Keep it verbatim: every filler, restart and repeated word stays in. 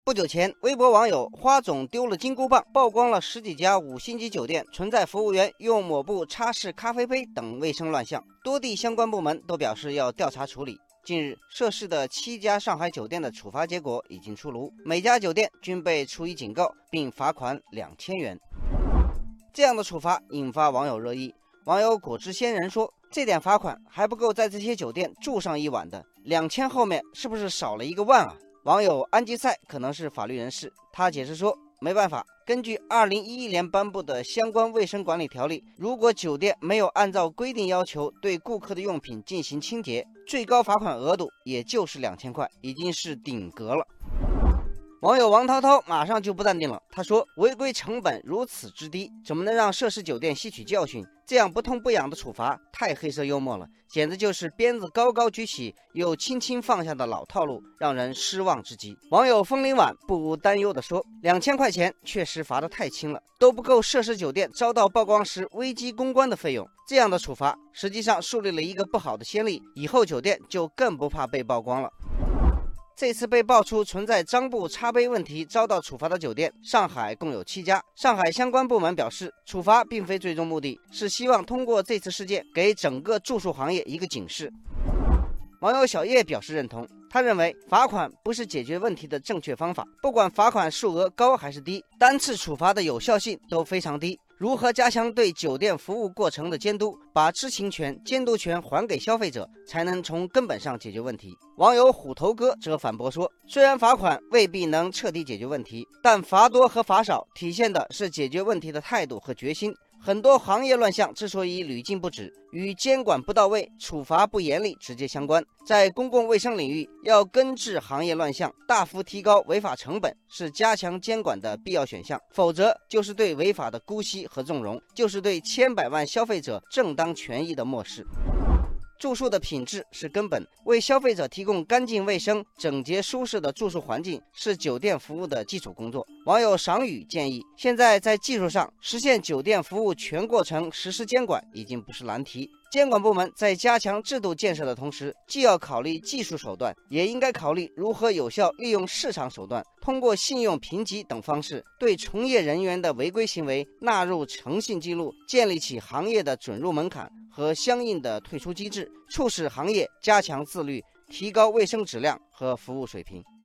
不久前，微博网友花总丢了金箍棒曝光了十几家五星级酒店存在服务员用抹布擦拭咖啡杯等卫生乱象，多地相关部门都表示要调查处理。近日，涉事的七家上海酒店的处罚结果已经出炉，每家酒店均被处以警告，并罚款两千元。这样的处罚引发网友热议。网友果汁仙人说：“这点罚款还不够在这些酒店住上一晚的，两千后面是不是少了一个万啊？”网友安吉赛可能是法律人士，他解释说，没办法，根据二零一一年颁布的相关卫生管理条例，如果酒店没有按照规定要求对顾客的用品进行清洁，最高罚款额度也就是两千块，已经是顶格了。网友王涛涛马上就不淡定了，他说：“违规成本如此之低，怎么能让涉事酒店吸取教训？这样不痛不痒的处罚太黑色幽默了，简直就是鞭子高高举起又轻轻放下的老套路，让人失望至极。”网友风铃晚不无担忧地说：“两千块钱确实罚得太轻了，都不够涉事酒店遭到曝光时危机公关的费用。这样的处罚实际上树立了一个不好的先例，以后酒店就更不怕被曝光了。”这次被爆出存在脏布擦杯问题遭到处罚的酒店，上海共有七家。上海相关部门表示，处罚并非最终目的，是希望通过这次事件给整个住宿行业一个警示。网友小叶表示认同，他认为罚款不是解决问题的正确方法，不管罚款数额高还是低，单次处罚的有效性都非常低。如何加强对酒店服务过程的监督，把知情权、监督权还给消费者，才能从根本上解决问题。网友虎头哥则反驳说，虽然罚款未必能彻底解决问题，但罚多和罚少体现的是解决问题的态度和决心。很多行业乱象之所以屡禁不止，与监管不到位、处罚不严厉直接相关。在公共卫生领域，要根治行业乱象，大幅提高违法成本是加强监管的必要选项，否则就是对违法的姑息和纵容，就是对千百万消费者正当权益的漠视。住宿的品质是根本，为消费者提供干净卫生、整洁舒适的住宿环境是酒店服务的基础工作。网友赏雨建议，现在在技术上实现酒店服务全过程实施监管已经不是难题。监管部门在加强制度建设的同时，既要考虑技术手段，也应该考虑如何有效利用市场手段，通过信用评级等方式，对从业人员的违规行为纳入诚信记录，建立起行业的准入门槛和相应的退出机制，促使行业加强自律，提高卫生质量和服务水平。